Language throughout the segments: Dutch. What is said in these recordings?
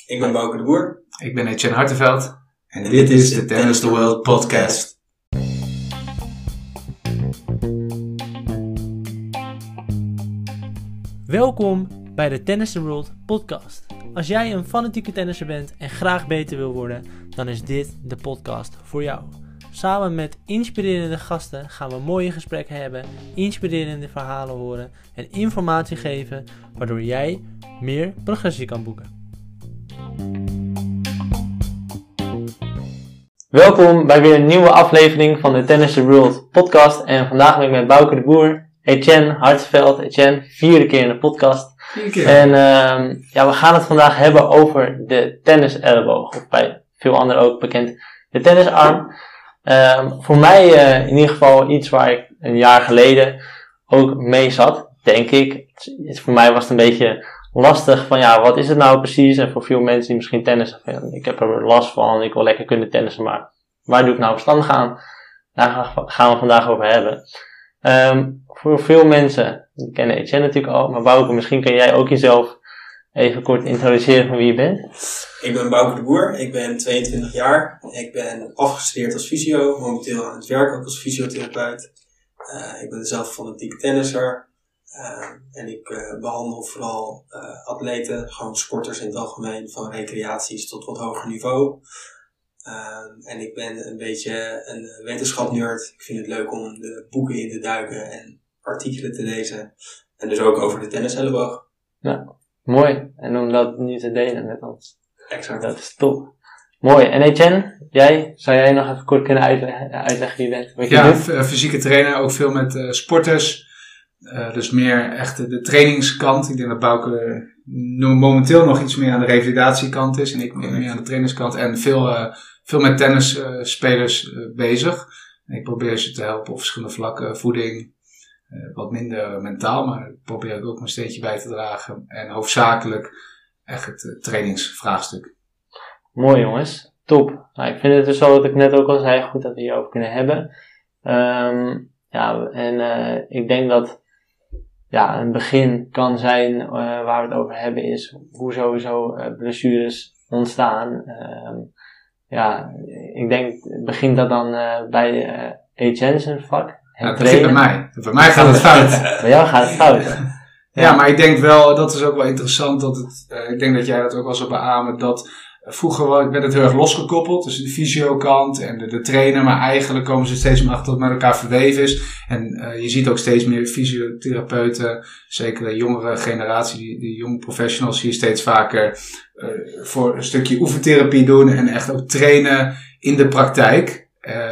Ik ben Bouke de Boer. Ik ben Etienne Hartenveld. En dit is de Tennis the World podcast. Welkom bij de Tennis the World podcast. Als jij een fanatieke tennisser bent en graag beter wil worden, dan is dit de podcast voor jou. Samen met inspirerende gasten gaan we mooie gesprekken hebben, inspirerende verhalen horen en informatie geven, waardoor jij meer progressie kan boeken. Welkom bij weer een nieuwe aflevering van de Tennis the World podcast. En vandaag ben ik met Bouke de Boer, Etienne Hartenveld. Etienne, 4e keer in de podcast. 4 keer. En we gaan het vandaag hebben over de tenniselleboog. Of bij veel anderen ook bekend de tennisarm. Voor mij in ieder geval iets waar ik een jaar geleden ook mee zat, denk ik. Voor mij was het een beetje lastig van wat is het nou precies? En voor veel mensen die misschien tennissen, ik heb er last van, ik wil lekker kunnen tennissen, maar waar doe ik nou verstandig aan? Daar gaan we vandaag over hebben. Voor veel mensen, die kennen Etienne natuurlijk al, maar Bouke, misschien kan jij ook jezelf even kort introduceren van wie je bent. Ik ben Bouke de Boer, ik ben 22 jaar. Ik ben afgestudeerd als fysio, momenteel aan het werk ook als fysiotherapeut. Ik ben zelf fanatieke tennisser. En ik behandel vooral atleten, gewoon sporters in het algemeen, van recreaties tot wat hoger niveau. En ik ben een beetje een wetenschapnerd. Ik vind het leuk om de boeken in te duiken en artikelen te lezen. En dus ook over de tenniselleboog. Ja, mooi. En om dat nu te delen met ons. Exact. Dat is top. Mooi. En Etienne, zou jij nog even kort kunnen uitleggen wie je bent? Wat je doet? Fysieke trainer, ook veel met sporters. Dus meer echt de trainingskant. Ik denk dat Bouke momenteel nog iets meer aan de revalidatiekant is. En ik meer aan de trainingskant. En veel met tennisspelers bezig. En ik probeer ze te helpen op verschillende vlakken. Voeding, wat minder mentaal. Maar probeer ik ook mijn steentje bij te dragen. En hoofdzakelijk echt het trainingsvraagstuk. Mooi jongens. Top. Nou, ik vind het dus zo, wat ik net ook al zei, goed dat we hierover kunnen hebben. Ik denk dat een begin kan zijn waar we het over hebben is hoe sowieso blessures ontstaan. Ik denk, begint dat dan bij Etienne's vak? Het begint bij mij. Bij mij gaat het fout. Bij jou gaat het fout. Ja, maar ik denk wel, dat is ook wel interessant, ik denk dat jij dat ook wel zou beamen, dat vroeger werd het heel erg losgekoppeld, dus de fysiokant en de trainer, maar eigenlijk komen ze steeds meer achter dat het met elkaar verweven is. En je ziet ook steeds meer fysiotherapeuten, zeker de jongere generatie, die jonge professionals, zie je steeds vaker voor een stukje oefentherapie doen en echt ook trainen in de praktijk.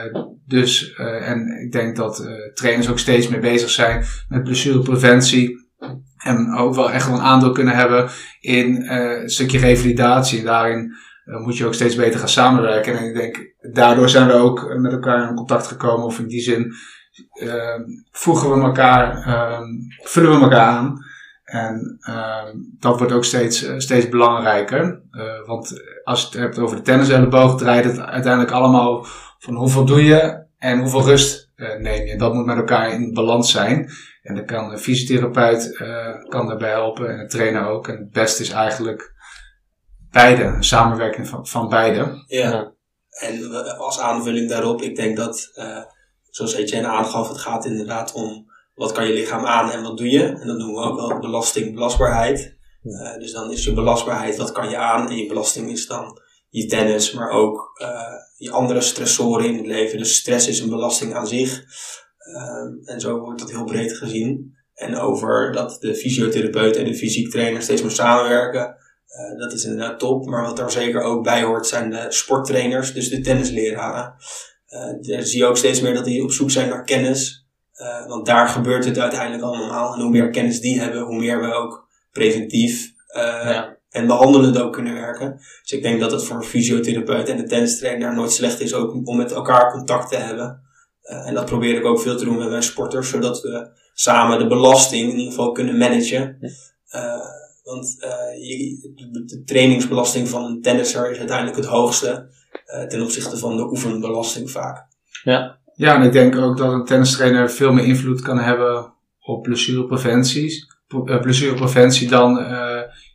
En ik denk dat trainers ook steeds meer bezig zijn met blessurepreventie. En ook wel echt wel een aandeel kunnen hebben in een stukje revalidatie. En daarin moet je ook steeds beter gaan samenwerken. En ik denk, daardoor zijn we ook met elkaar in contact gekomen. Of in die zin vullen we elkaar aan. En dat wordt ook steeds belangrijker. Want als je het hebt over de tenniselleboog, draait het uiteindelijk allemaal van hoeveel doe je en hoeveel rust neem je. Dat moet met elkaar in balans zijn. En dan kan een fysiotherapeut kan daarbij helpen en een trainer ook. En het beste is eigenlijk beide, een samenwerking van beide. Ja, en als aanvulling daarop, ik denk dat, zoals Etienne aangaf, het gaat inderdaad om wat kan je lichaam aan en wat doe je. En dat noemen we ook wel belastbaarheid. Dus dan is je belastbaarheid, wat kan je aan, en je belasting is dan je tennis, maar ook je andere stressoren in het leven. Dus stress is een belasting aan zich. En zo wordt dat heel breed gezien. En over dat de fysiotherapeut en de fysiek trainer steeds meer samenwerken, dat is inderdaad top. Maar wat er zeker ook bij hoort zijn de sporttrainers, dus de tennisleraren. Daar zie je ook steeds meer dat die op zoek zijn naar kennis. Want daar gebeurt het uiteindelijk allemaal. En hoe meer kennis die hebben, hoe meer we ook preventief en behandelend ook kunnen werken. Dus ik denk dat het voor een fysiotherapeut en de tennistrainer nooit slecht is ook om met elkaar contact te hebben. En dat probeer ik ook veel te doen met mijn sporters, zodat we samen de belasting in ieder geval kunnen managen. Want de trainingsbelasting van een tennisser is uiteindelijk het hoogste ten opzichte van de oefenbelasting vaak. Ja, en ik denk ook dat een tennistrainer veel meer invloed kan hebben op blessurepreventie dan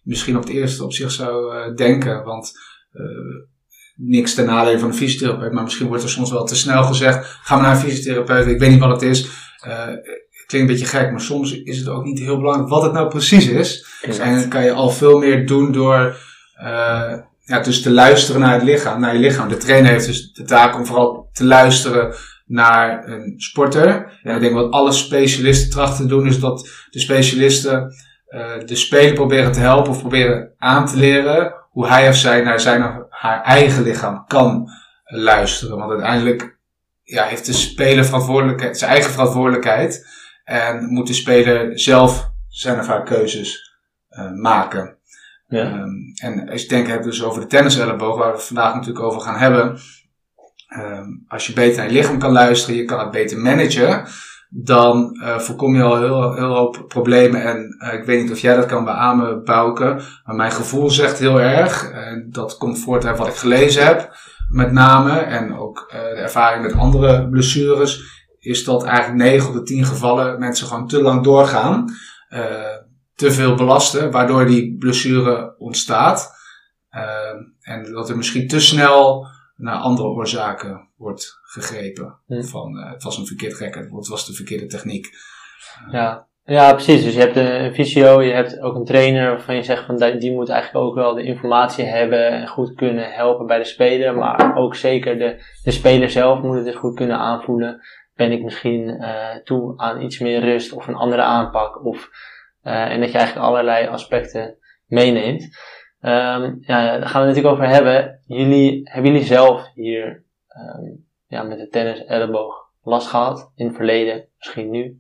misschien op het eerste op zich zou denken. Want niks ten nadele van een fysiotherapeut, maar misschien wordt er soms wel te snel gezegd, ga maar naar een fysiotherapeut, ik weet niet wat het is. Het klinkt een beetje gek, maar soms is het ook niet heel belangrijk wat het nou precies is. Exact. En dan kan je al veel meer doen door dus te luisteren naar je lichaam. De trainer heeft dus de taak om vooral te luisteren naar een sporter. En ik denk wat alle specialisten trachten te doen, is dat de specialisten de speler proberen te helpen of proberen aan te leren hoe hij of zij naar zijn of haar eigen lichaam kan luisteren. Want uiteindelijk heeft de speler zijn eigen verantwoordelijkheid en moet de speler zelf zijn of haar keuzes maken. Ja. En als je denkt dus over de tenniselleboog, waar we het vandaag natuurlijk over gaan hebben. Als je beter naar je lichaam kan luisteren, je kan het beter managen, dan voorkom je al heel hoop problemen. En ik weet niet of jij dat kan beamen, Bouke, maar mijn gevoel zegt heel erg, dat komt voort uit wat ik gelezen heb, met name, en ook de ervaring met andere blessures, is dat eigenlijk 9 op de 10 gevallen mensen gewoon te lang doorgaan, te veel belasten, waardoor die blessure ontstaat. En dat er misschien te snel naar andere oorzaken wordt gegrepen. Van het was een verkeerd record, het was de verkeerde techniek. Ja, precies. Dus je hebt een fysio, je hebt ook een trainer waarvan je zegt van die moet eigenlijk ook wel de informatie hebben en goed kunnen helpen bij de speler. Maar ook zeker de speler zelf moet het dus goed kunnen aanvoelen. Ben ik misschien toe aan iets meer rust of een andere aanpak? En dat je eigenlijk allerlei aspecten meeneemt. Daar gaan we het natuurlijk over hebben. Hebben jullie zelf hier met de tennis elleboog last gehad in het verleden, misschien nu?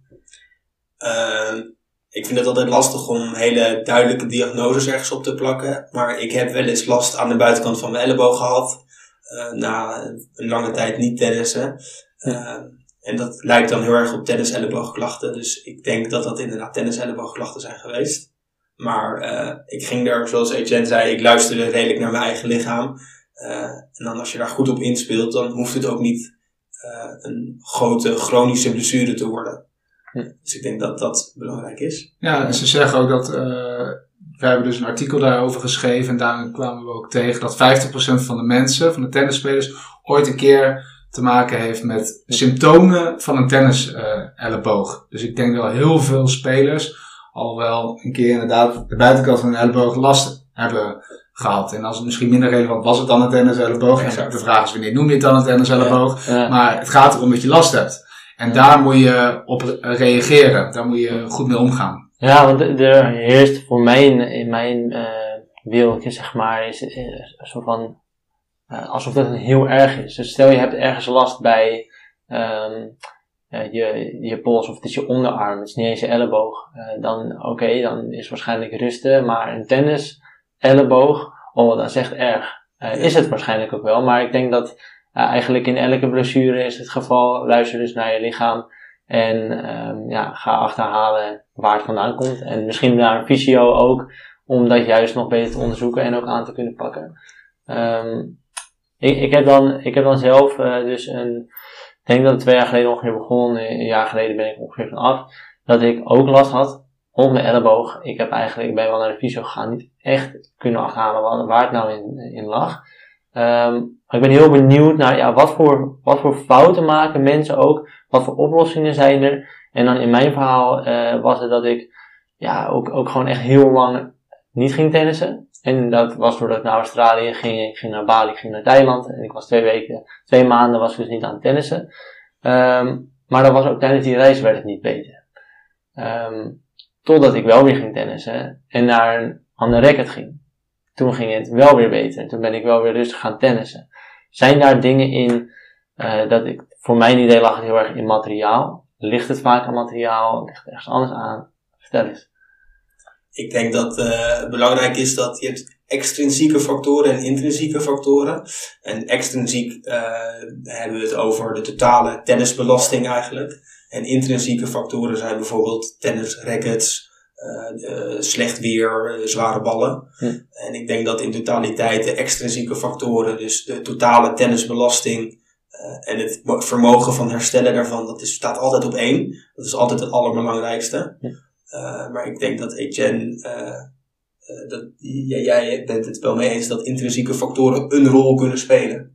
Ik vind het altijd lastig om hele duidelijke diagnoses ergens op te plakken. Maar ik heb wel eens last aan de buitenkant van mijn elleboog gehad. Na een lange tijd niet tennissen. En dat lijkt dan heel erg op tennis-elleboogklachten. Dus ik denk dat dat inderdaad tennis-elleboogklachten zijn geweest. Maar ik ging er, zoals Etienne zei, ik luisterde redelijk naar mijn eigen lichaam. En dan als je daar goed op inspeelt, dan hoeft het ook niet een grote chronische blessure te worden. Dus ik denk dat dat belangrijk is. Ja, en ze zeggen ook dat, we hebben dus een artikel daarover geschreven en daarin kwamen we ook tegen dat 50% van de mensen, van de tennisspelers, ooit een keer te maken heeft met symptomen van een tennis-elleboog. Dus ik denk wel heel veel spelers al wel een keer inderdaad de buitenkant van een elleboog last hebben gehad. En als het misschien minder relevant was het dan een tennis-elleboog. En de vraag is wanneer noem je het dan een tennis-elleboog. Ja. Maar het gaat erom dat je last hebt. En daar moet je op reageren. Daar moet je goed mee omgaan. Ja, want er heerst voor mij in mijn wereldje, zeg maar, is een soort van alsof dat heel erg is. Dus stel je hebt ergens last bij je pols of het is je onderarm, het is niet eens je elleboog. Dan is het waarschijnlijk rusten. Maar een tennis elleboog, dat is echt erg. Is het waarschijnlijk ook wel. Maar ik denk dat eigenlijk in elke blessure is het geval. Luister dus naar je lichaam. En ga achterhalen waar het vandaan komt. En misschien naar een fysio ook. Om dat juist nog beter te onderzoeken en ook aan te kunnen pakken. Ik heb dan zelf ik denk dat het 2 jaar geleden ongeveer begon. Een jaar geleden ben ik ongeveer vanaf. Dat ik ook last had op mijn elleboog. Ik ben wel naar de fysio gegaan. Niet echt kunnen achterhalen waar het nou in lag. Maar ik ben heel benieuwd naar wat voor fouten maken mensen ook. Wat voor oplossingen zijn er. En dan in mijn verhaal was het dat ik ook gewoon echt heel lang niet ging tennissen. En dat was doordat ik naar Australië ging. Ik ging naar Bali, ik ging naar Thailand. En ik was 2 maanden was ik dus niet aan het tennissen. Maar dat was ook tijdens die reis werd het niet beter. Totdat ik wel weer ging tennissen. En naar een ander racket ging. Toen ging het wel weer beter. Toen ben ik wel weer rustig gaan tennissen. Zijn daar dingen in voor mijn idee lag het heel erg in materiaal. Ligt het vaak aan materiaal? Ligt het ergens anders aan? Vertel eens. Ik denk dat het belangrijk is dat je hebt extrinsieke factoren en intrinsieke factoren. En extrinsiek hebben we het over de totale tennisbelasting eigenlijk. En intrinsieke factoren zijn bijvoorbeeld tennisrackets, slecht weer, zware ballen. En ik denk dat in totaliteit de extrinsieke factoren, dus de totale tennisbelasting en het vermogen van herstellen daarvan, staat altijd op 1. Dat is altijd het allerbelangrijkste. Maar ik denk dat Etienne jij bent het wel mee eens dat intrinsieke factoren een rol kunnen spelen.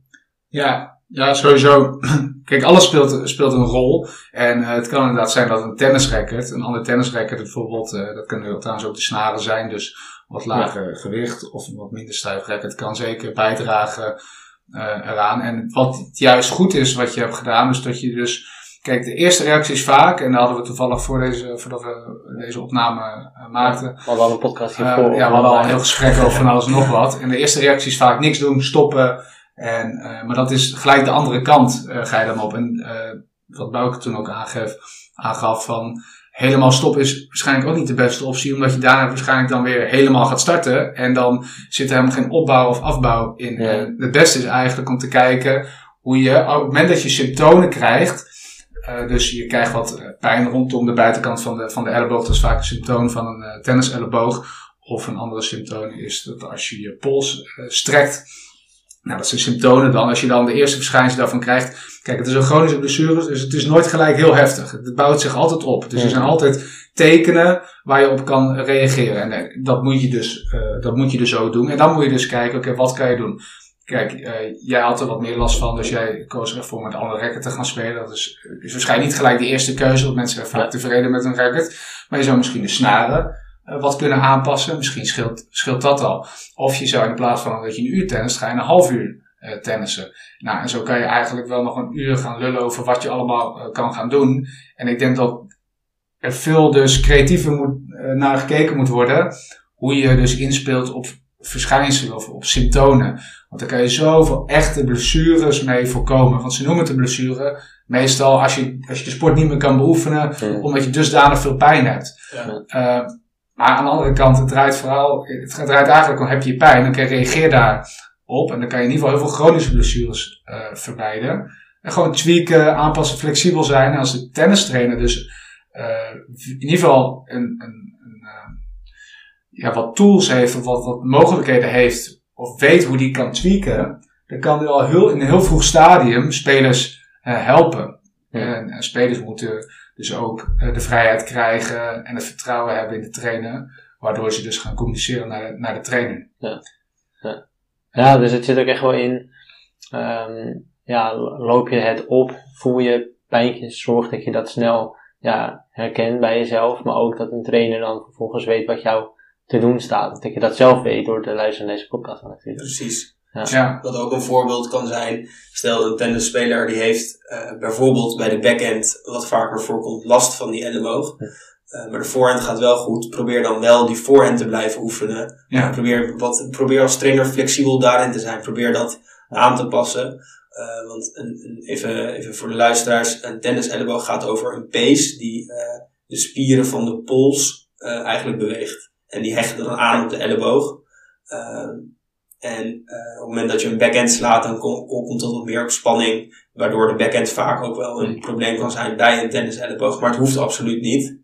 Ja, sowieso. Kijk, alles speelt een rol. En het kan inderdaad zijn dat een tennisracket, een ander tennisracket bijvoorbeeld, dat kunnen trouwens ook de snaren zijn, dus wat lager gewicht of een wat minder stijf racket kan zeker bijdragen eraan. En wat juist goed is wat je hebt gedaan, is dat je dus, kijk, de eerste reactie is vaak, en daar hadden we toevallig voordat we deze opname maakten. We hadden al een podcast hiervoor. We hadden al een heel gesprek over van alles en nog wat. En de eerste reactie is vaak niks doen, stoppen. Maar dat is gelijk de andere kant, ga je dan op. En wat Bouke toen ook aangaf van helemaal stoppen is waarschijnlijk ook niet de beste optie, omdat je daarna waarschijnlijk dan weer helemaal gaat starten. En dan zit er helemaal geen opbouw of afbouw in. Ja. Het beste is eigenlijk om te kijken hoe je, op het moment dat je symptomen krijgt, dus je krijgt wat pijn rondom de buitenkant van de elleboog, dat is vaak een symptoom van een tenniselleboog. Of een andere symptoom is dat als je je pols strekt. Nou, dat zijn symptomen dan. Als je dan de eerste verschijnsel daarvan krijgt. Kijk, het is een chronische blessure, dus het is nooit gelijk heel heftig. Het bouwt zich altijd op. Dus er zijn altijd tekenen waar je op kan reageren. En dat moet je dus ook doen. En dan moet je dus kijken, oké, wat kan je doen? Kijk, jij had er wat meer last van, dus jij koos ervoor met andere racket te gaan spelen. Dat is waarschijnlijk niet gelijk de eerste keuze, want mensen zijn vaak tevreden met een racket. Maar je zou misschien de snaren wat kunnen aanpassen. Misschien scheelt dat al. Of je zou in plaats van dat je een uur tennist, ga je een half uur tennissen. Nou, en zo kan je eigenlijk wel nog een uur gaan lullen over wat je allemaal kan gaan doen. En ik denk dat er veel dus creatiever naar gekeken moet worden. Hoe je dus inspeelt op verschijnselen of op symptomen. Want dan kan je zoveel echte blessures mee voorkomen. Want ze noemen het een blessure. Meestal als je de sport niet meer kan beoefenen. Omdat je dusdanig veel pijn hebt. Ja. Maar aan de andere kant, het draait eigenlijk om, heb je pijn, dan kan je reageer daarop. En dan kan je in ieder geval heel veel chronische blessures vermijden. En gewoon tweaken, aanpassen, flexibel zijn. En als de tennistrainer dus in ieder geval wat tools heeft, of wat mogelijkheden heeft, of weet hoe die kan tweaken, dan kan hij al in een heel vroeg stadium spelers helpen. Ja. En spelers moeten dus ook de vrijheid krijgen en het vertrouwen hebben in de trainer, waardoor ze dus gaan communiceren naar de trainer. Ja, dus het zit ook echt wel in, loop je het op, voel je pijntjes, zorg dat je dat snel herkent bij jezelf, maar ook dat een trainer dan vervolgens weet wat jou te doen staat. Dat je dat zelf weet door te luisteren naar deze podcast natuurlijk. Precies. Ja. Wat ook een voorbeeld kan zijn, stel een tennisspeler die heeft bijvoorbeeld bij de backhand, wat vaker voorkomt, last van die elleboog. Maar de voorhand gaat wel goed. Probeer dan wel die voorhand te blijven oefenen. Ja. Probeer als trainer flexibel daarin te zijn. Probeer dat aan te passen. Want even voor de luisteraars, een tenniselleboog gaat over een pees die de spieren van de pols eigenlijk beweegt. En die hechten dan aan op de elleboog. En op het moment dat je een backhand slaat, dan komt dat wat meer op spanning. Waardoor de backhand vaak ook wel een probleem kan zijn bij een tenniselleboog. Maar het hoeft absoluut niet.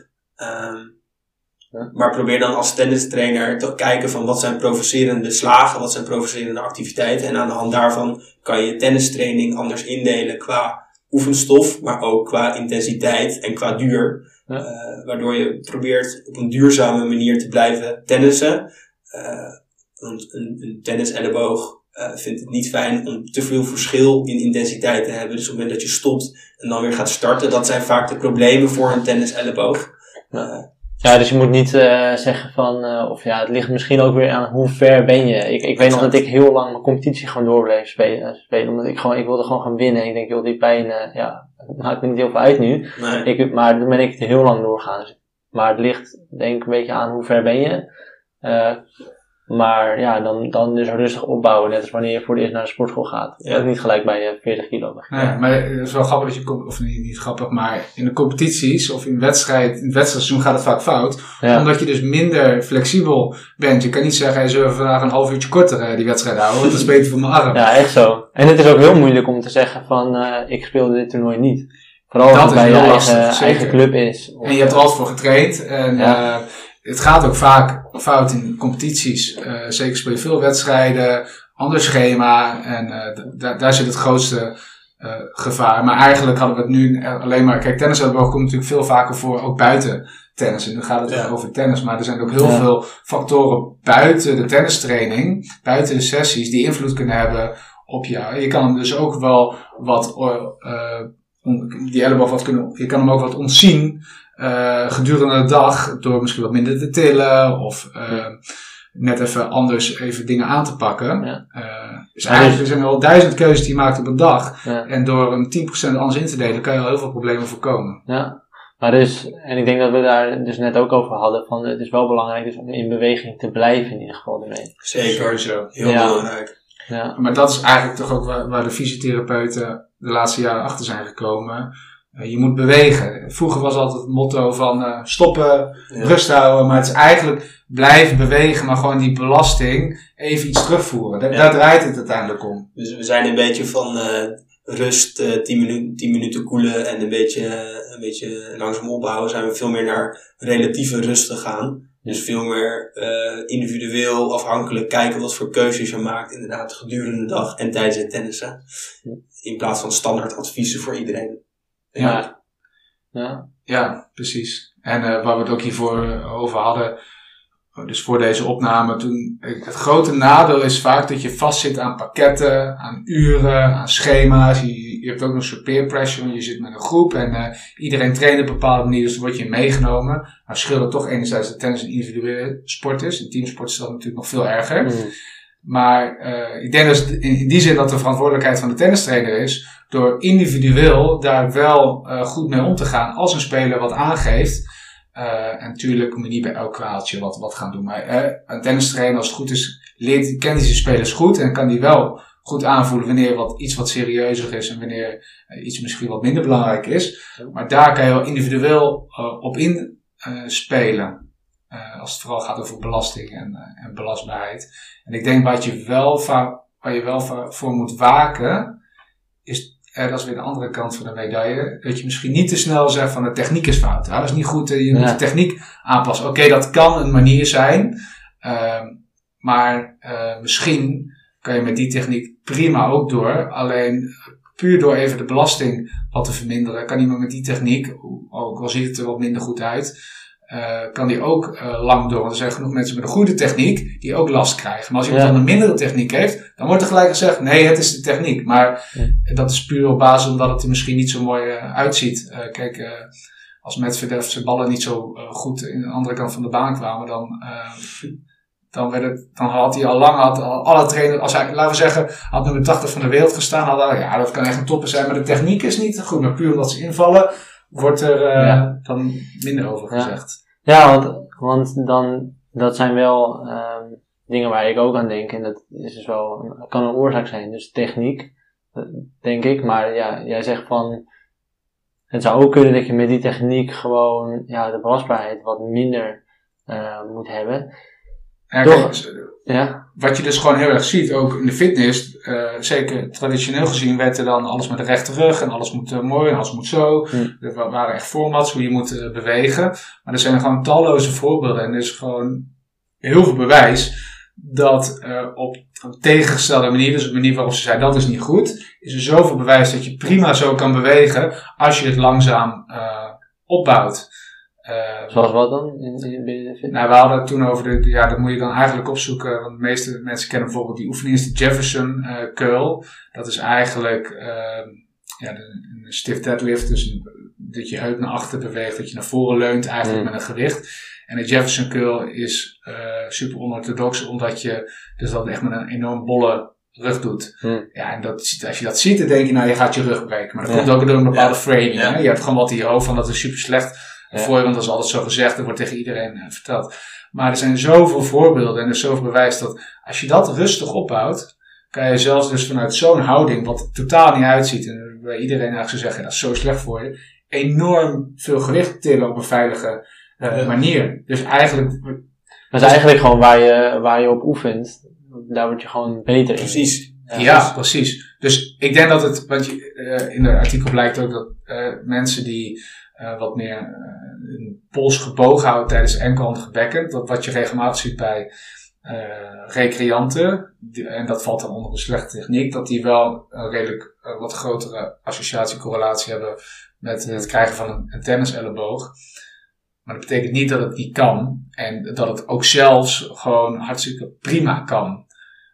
Maar probeer dan als tennistrainer te kijken van wat zijn provocerende slagen, wat zijn provocerende activiteiten. En aan de hand daarvan kan je tennistraining anders indelen qua oefenstof, maar ook qua intensiteit en qua duur. Waardoor je probeert op een duurzame manier te blijven tennissen. Want een tenniselleboog vindt het niet fijn om te veel verschil in intensiteit te hebben. Dus op het moment dat je stopt en dan weer gaat starten, dat zijn vaak de problemen voor een tenniselleboog. Dus je moet niet zeggen van, het ligt misschien ook weer aan hoe ver ben je. Ik weet nog dat ik heel lang mijn competitie gewoon door bleef spelen. Omdat ik wilde gewoon gaan winnen. Ik denk, joh, die pijn, het maakt me niet heel veel uit nu. Nee. Maar dan ben ik heel lang doorgaan. Maar het ligt denk ik een beetje aan hoe ver ben je. Maar dan dus rustig opbouwen. Net als wanneer je voor het eerst naar de sportschool gaat. Ja. Ook niet gelijk bij 40 kilo begint. Nee, maar het is wel grappig dat of niet grappig, maar in de competities of in het wedstrijdseizoen gaat het vaak fout. Ja. Omdat je dus minder flexibel bent. Je kan niet zeggen, zullen we vandaag een half uurtje korter die wedstrijd houden, want dat is beter voor mijn arm. Ja, echt zo. En het is ook heel moeilijk om te zeggen van, ik speelde dit toernooi niet. Vooral als het bij je eigen club is. En je hebt er altijd voor getraind. En het gaat ook vaak fout in competities. Zeker speel je veel wedstrijden, ander schema. En daar zit het grootste gevaar. Maar eigenlijk hadden we het nu alleen maar... Kijk, tenniselleboog komt natuurlijk veel vaker voor, ook buiten tennis. En nu gaat het over tennis, maar er zijn ook heel veel factoren buiten de tennistraining, buiten de sessies, die invloed kunnen hebben op jou. Je kan hem dus ook wel die elleboog je kan hem ook wat ontzien gedurende de dag door misschien wat minder te tillen of net even anders even dingen aan te pakken. Ja. Dus eigenlijk er zijn wel 1000 keuzes die je maakt op een dag. Ja. En door hem 10% anders in te delen kan je al heel veel problemen voorkomen. Ja, maar dus, en ik denk dat we daar dus net ook over hadden, van het is wel belangrijk dus om in beweging te blijven in ieder geval ermee. Zeker, zo. Heel belangrijk. Ja. Maar dat is eigenlijk toch ook waar de fysiotherapeuten de laatste jaren achter zijn gekomen. Je moet bewegen. Vroeger was altijd het motto van stoppen, rust houden. Maar het is eigenlijk blijven bewegen, maar gewoon die belasting even iets terugvoeren. Daar draait het uiteindelijk om. Dus we zijn een beetje van rust, 10 minuten koelen en een beetje langzaam opbouwen. Zijn we veel meer naar relatieve rust gegaan. Dus veel meer individueel afhankelijk kijken wat voor keuzes je maakt inderdaad gedurende de dag en tijdens het tennissen. In plaats van standaard adviezen voor iedereen. Ja, precies. En waar we het ook hiervoor over hadden, dus voor deze opname, het grote nadeel is vaak dat je vastzit aan pakketten, aan uren, aan schema's. Je hebt ook nog zo'n peer pressure, want je zit met een groep en iedereen traint op een bepaalde manier, dus dan word je meegenomen. Maar het scheelt toch enerzijds dat tennis een individuele sport is. In teamsport is dat natuurlijk nog veel erger. Maar ik denk dus in die zin dat de verantwoordelijkheid van de tennistrainer is, door individueel daar wel goed mee om te gaan als een speler wat aangeeft. En natuurlijk moet je niet bij elk kwaaltje wat gaan doen. Maar een tennistrainer, als het goed is, kent hij zijn spelers goed en kan die wel goed aanvoelen wanneer iets wat serieuzer is en wanneer iets misschien wat minder belangrijk is. Maar daar kan je wel individueel op inspelen. Als het vooral gaat over belasting en belastbaarheid. En ik denk waar je wel voor moet waken, is, dat is weer de andere kant van de medaille, dat je misschien niet te snel zegt van de techniek is fout. Dat is niet goed, je moet de techniek aanpassen. Oké, dat kan een manier zijn, maar misschien kan je met die techniek prima ook door. Alleen puur door even de belasting wat te verminderen, kan iemand met die techniek, ook al ziet het er wat minder goed uit, kan die ook lang door. Want er zijn genoeg mensen met een goede techniek die ook last krijgen. Maar als iemand dan een mindere techniek heeft, dan wordt er gelijk gezegd, nee, het is de techniek. Maar dat is puur op basis omdat het er misschien niet zo mooi uitziet. Als Medvedev zijn ballen niet zo goed in de andere kant van de baan kwamen, dan had hij al lang, alle trainers, als hij, laten we zeggen, had nummer 80 van de wereld gestaan, dat kan echt een topper zijn, maar de techniek is niet goed. Maar puur omdat ze invallen, wordt er dan minder over gezegd. Ja, want dan, dat zijn wel dingen waar ik ook aan denk. En dat is dus wel, kan een oorzaak zijn. Dus techniek, denk ik. Maar ja, jij zegt van, het zou ook kunnen dat je met die techniek gewoon de belastbaarheid wat minder moet hebben. Wat je dus gewoon heel erg ziet, ook in de fitness, zeker traditioneel gezien werd er dan alles met de rechte rug en alles moet mooi en alles moet zo. Er waren echt formats hoe je moet bewegen. Maar er zijn gewoon talloze voorbeelden en er is gewoon heel veel bewijs dat op een tegengestelde manier, dus op de manier waarop ze zei dat is niet goed, is er zoveel bewijs dat je prima zo kan bewegen als je het langzaam opbouwt. Zoals wat dan? We hadden het toen over dat moet je dan eigenlijk opzoeken, want de meeste mensen kennen bijvoorbeeld die oefening is de Jefferson curl. Dat is eigenlijk een stiff deadlift, dus dat je heup naar achter beweegt, dat je naar voren leunt eigenlijk met een gewicht. En de Jefferson curl is super onorthodox, omdat je dus dat echt met een enorm bolle rug doet. Ja, en als je dat ziet, dan denk je, je gaat je rug breken. Maar dat komt ook door een bepaalde framing. Hè? Je hebt gewoon wat in je hoofd van, dat is super slecht voor je, want dat is altijd zo gezegd, dat wordt tegen iedereen verteld. Maar er zijn zoveel voorbeelden en er is zoveel bewijs dat als je dat rustig opbouwt, kan je zelfs dus vanuit zo'n houding, wat er totaal niet uitziet, en bij iedereen eigenlijk zou zeggen, dat is zo slecht voor je, enorm veel gewicht tillen op een veilige manier. Dus eigenlijk... Dat is eigenlijk gewoon waar je op oefent. Daar word je gewoon beter in. Precies. Ja, precies. Dus ik denk dat het, want in het artikel blijkt ook dat mensen die wat meer een pols gebogen houden tijdens enkelhandige bekken, dat wat je regelmatig ziet bij recreanten, en dat valt dan onder een slechte techniek, dat die wel een redelijk wat grotere associatiecorrelatie hebben met het krijgen van een tenniselleboog. Maar dat betekent niet dat het niet kan. En dat het ook zelfs gewoon hartstikke prima kan.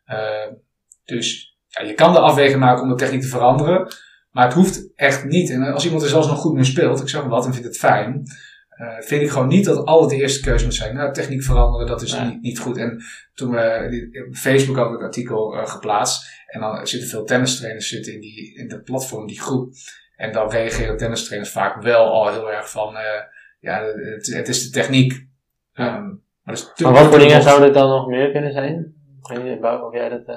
Dus je kan de afweging maken om de techniek te veranderen. Maar het hoeft echt niet. En als iemand er zelfs nog goed mee speelt, ik zeg maar wat en vindt het fijn. Vind ik gewoon niet dat altijd de eerste keuze moet zijn. Nou, techniek veranderen, dat is niet goed. En toen we op Facebook hadden we het artikel geplaatst. En dan zitten veel tennistrainers in de platform, die groep. En dan reageren tennistrainers vaak wel al heel erg van... het is de techniek. Maar wat voor dingen zouden het dan nog meer kunnen zijn? Ik weet niet, of jij dat...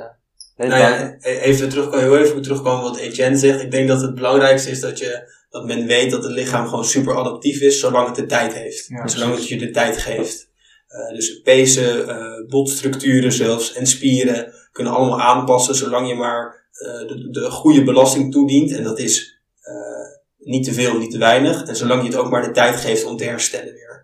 heel even terugkomen wat Etienne zegt. Ik denk dat het belangrijkste is dat men weet dat het lichaam gewoon super adaptief is, zolang het de tijd heeft. Ja, zolang het je de tijd geeft. Dus pezen, botstructuren zelfs en spieren kunnen allemaal aanpassen, zolang je maar de goede belasting toedient. En dat is niet te veel, niet te weinig. En zolang je het ook maar de tijd geeft om te herstellen weer.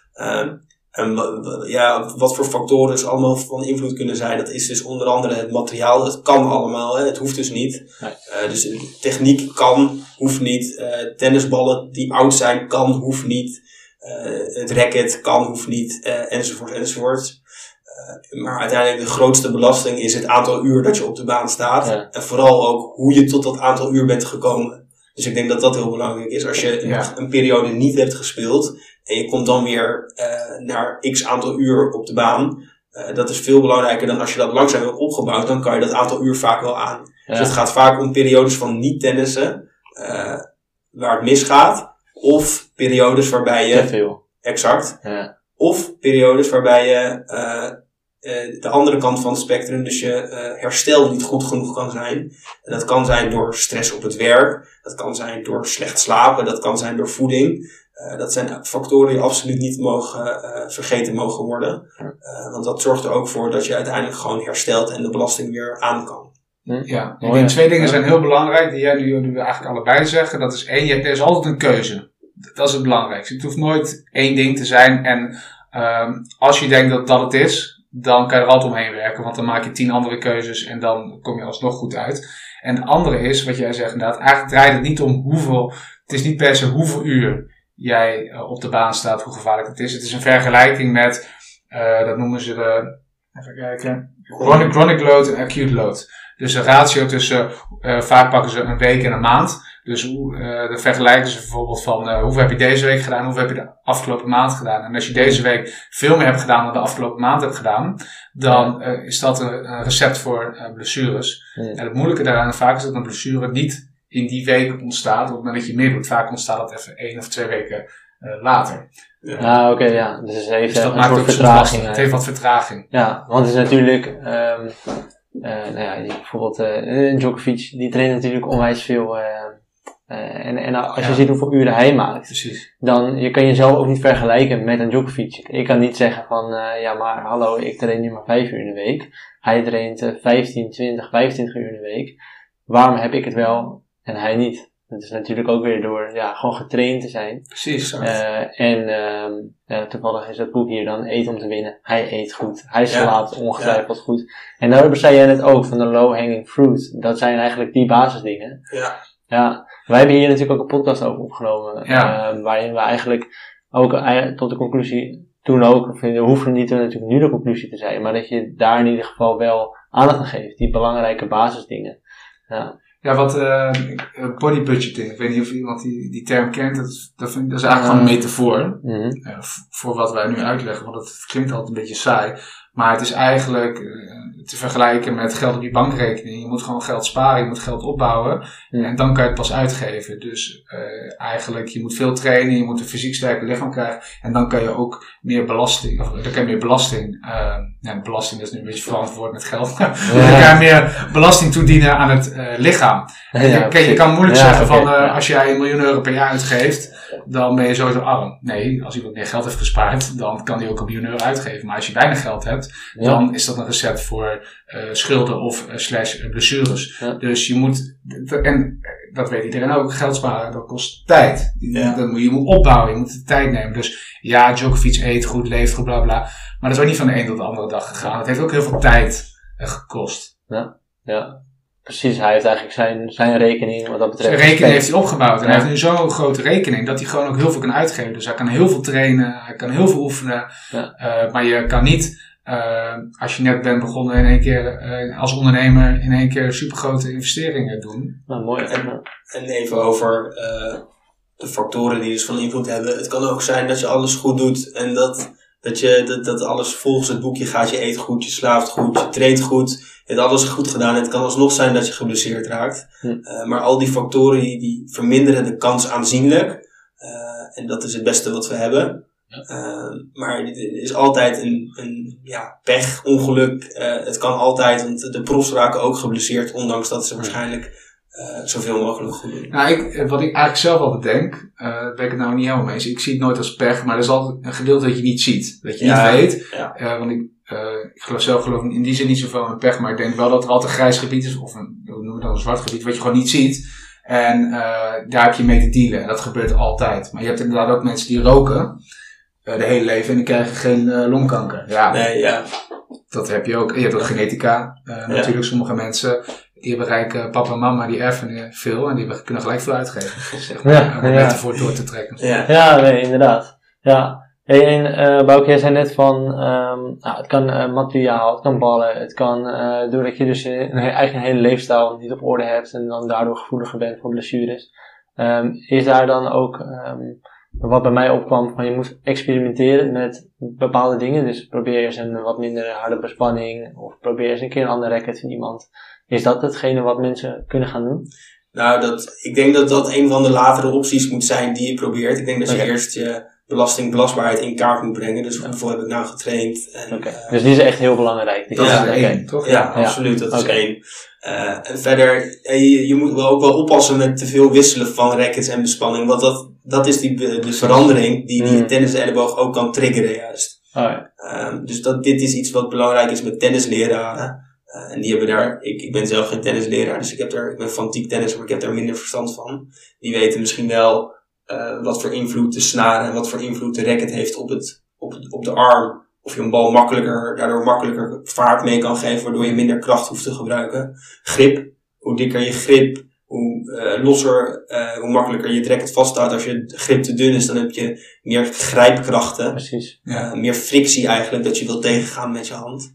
En wat voor factoren dus allemaal van invloed kunnen zijn, dat is dus onder andere het materiaal. Het kan allemaal, het hoeft dus niet. Nee. Dus techniek kan, hoeft niet. Tennisballen die oud zijn, kan, hoeft niet. Het racket kan, hoeft niet. Enzovoort, enzovoort. Maar uiteindelijk de grootste belasting is het aantal uur dat je op de baan staat. Ja. En vooral ook hoe je tot dat aantal uur bent gekomen. Dus ik denk dat dat heel belangrijk is. Als je een periode niet hebt gespeeld en je komt dan weer naar x aantal uur op de baan. Dat is veel belangrijker dan als je dat langzaam hebt opgebouwd. Dan kan je dat aantal uur vaak wel aan. Ja. Dus het gaat vaak om periodes van niet tennissen waar het misgaat. Of periodes waarbij je... Te veel. Exact. Ja. Of periodes waarbij je de andere kant van het spectrum, dus je herstel niet goed genoeg kan zijn. En dat kan zijn door stress op het werk. Dat kan zijn door slecht slapen. Dat kan zijn door voeding. Dat zijn factoren die absoluut niet vergeten mogen worden. Want dat zorgt er ook voor dat je uiteindelijk gewoon herstelt en de belasting weer aan kan. Ja, en twee dingen zijn heel belangrijk die jij nu eigenlijk allebei zeggen. Dat is één, er is altijd een keuze. Dat is het belangrijkste. Het hoeft nooit één ding te zijn. En als je denkt dat dat het is, dan kan je er altijd omheen werken. Want dan maak je 10 andere keuzes en dan kom je alsnog goed uit. En het andere is, wat jij zegt inderdaad, eigenlijk draait het niet om hoeveel... Het is niet per se hoeveel uur jij op de baan staat, hoe gevaarlijk het is. Het is een vergelijking met, dat noemen ze even kijken, chronic load en acute load. Dus een ratio tussen, vaak pakken ze een week en een maand. Dus dan vergelijken ze bijvoorbeeld van hoeveel heb je deze week gedaan, hoeveel heb je de afgelopen maand gedaan. En als je deze week veel meer hebt gedaan dan de afgelopen maand hebt gedaan, dan is dat een recept voor blessures. En het moeilijke daaraan vaak is dat een blessure niet in die week ontstaat, op het moment dat je meer doet. Vaak ontstaat dat even 1 of 2 weken later. Ja, oké, ja. Dus het heeft dat maakt ook vertraging. Het heeft wat vertraging. Ja, want het is natuurlijk... bijvoorbeeld Djokovic, die traint natuurlijk onwijs veel. En als je ziet hoeveel uren hij maakt, precies, dan je kan jezelf ook niet vergelijken met een Djokovic. Ik kan niet zeggen van, maar hallo, ik train nu maar 5 uur in de week. Hij traint 15, 20, 25 uur in de week. Waarom heb ik het wel en hij niet? Dat is natuurlijk ook weer door gewoon getraind te zijn. Precies. Toevallig is dat boek hier dan, Eet om te winnen. Hij eet goed. Hij slaapt ongetwijfeld goed. En daar zei jij net ook van de low hanging fruit. Dat zijn eigenlijk die basisdingen. Ja. Wij hebben hier natuurlijk ook een podcast over opgenomen. Waarin we eigenlijk ook tot de conclusie toen ook, we hoeven niet natuurlijk nu de conclusie te zijn. Maar dat je daar in ieder geval wel aandacht aan geeft. Die belangrijke basisdingen. Ja. Ja, wat body budgeting. Ik weet niet of iemand die term kent. Dat is eigenlijk gewoon een metafoor. Voor wat wij nu uitleggen. Want het klinkt altijd een beetje saai. Maar het is eigenlijk te vergelijken met geld op je bankrekening. Je moet gewoon geld sparen. Je moet geld opbouwen. En dan kan je het pas uitgeven. Dus eigenlijk, je moet veel trainen. Je moet een fysiek sterker lichaam krijgen. En dan kan je ook meer belasting. Of dan kan je meer belasting. Belasting is nu een beetje verantwoord met geld. Dan kan je meer belasting toedienen aan het lichaam. Je kan moeilijk zeggen van als jij €1 miljoen per jaar uitgeeft, dan ben je sowieso arm. Nee, als iemand meer geld heeft gespaard, dan kan hij ook €1 miljoen uitgeven. Maar als je weinig geld hebt, dan is dat een recept voor schulden of / blessures. Ja. Dus je moet, en dat weet iedereen ook, geld sparen, dat kost tijd. Je moet opbouwen, je moet de tijd nemen. Dus ja, Djokovic eet goed, leeft goed, bla bla. Maar dat is ook niet van de een tot de andere dag gegaan. Het heeft ook heel veel tijd gekost. Ja. Precies, hij heeft eigenlijk zijn rekening wat dat betreft. Zijn rekening heeft hij opgebouwd. En hij heeft nu zo'n grote rekening dat hij gewoon ook heel veel kan uitgeven. Dus hij kan heel veel trainen, hij kan heel veel oefenen. Ja. Maar je kan niet, als je net bent begonnen in één keer als ondernemer in één keer supergrote investeringen doen. Nou, mooi. En even over de factoren die dus van invloed hebben. Het kan ook zijn dat je alles goed doet en dat alles volgens het boekje gaat. Je eet goed, je slaapt goed, je traint goed. Je hebt alles goed gedaan. En het kan alsnog zijn dat je geblesseerd raakt. Maar al die factoren die verminderen de kans aanzienlijk. En dat is het beste wat we hebben. Maar er is altijd een pech, ongeluk. Het kan altijd, want de profs raken ook geblesseerd. Ondanks dat ze waarschijnlijk zoveel mogelijk goed doen. Nou, wat ik eigenlijk zelf altijd denk, daar ben ik het nou niet helemaal mee eens. Ik zie het nooit als pech, maar er is altijd een gedeelte dat je niet ziet. Dat je niet weet. Ja. Want ik geloof in die zin niet zoveel met pech, maar ik denk wel dat er altijd een grijs gebied is, of hoe noemen we dat, een zwart gebied, wat je gewoon niet ziet. En daar heb je mee te dealen. En dat gebeurt altijd. Maar je hebt inderdaad ook mensen die roken de hele leven en die krijgen geen longkanker. Ja. Nee, ja. Dat heb je ook. Je hebt ook genetica. Natuurlijk, sommige mensen die hebben rijke papa en mama, die erven veel en die kunnen gelijk veel uitgeven. Zeg maar, om ervoor door te trekken. Ja, nee, inderdaad. Ja. En Bouke, jij zei net van, het kan materiaal, het kan ballen, het kan doordat je dus eigenlijk een hele leefstijl niet op orde hebt en dan daardoor gevoeliger bent voor blessures. Is daar dan ook, wat bij mij opkwam, van je moet experimenteren met bepaalde dingen, dus probeer eens een wat minder harde bespanning of probeer eens een keer een ander racket van iemand. Is dat hetgene wat mensen kunnen gaan doen? Nou, ik denk dat dat een van de latere opties moet zijn die je probeert. Ik denk dat je eerst je belastbaarheid in kaart moet brengen. Dus hoeveel heb ik nou getraind? En, dus die is echt heel belangrijk. Dat is één, toch? Ja, absoluut. Dat is één. En verder, je moet ook wel oppassen met te veel wisselen van rackets en bespanning. Want dat is de verandering die tennis elleboog ook kan triggeren juist. Dus dit is iets wat belangrijk is met tennisleraren. En die hebben daar, ik ben zelf geen tennisleraar, dus ik ben fanatiek tennis, maar ik heb daar minder verstand van. Die weten misschien wel wat voor invloed de snaar en wat voor invloed de racket heeft op de arm. Of je een bal daardoor makkelijker vaart mee kan geven, waardoor je minder kracht hoeft te gebruiken. Grip, hoe dikker je grip, hoe losser, hoe makkelijker je het racket vasthoudt. Als je grip te dun is, dan heb je meer grijpkrachten. Precies. Meer frictie eigenlijk, dat je wilt tegengaan met je hand.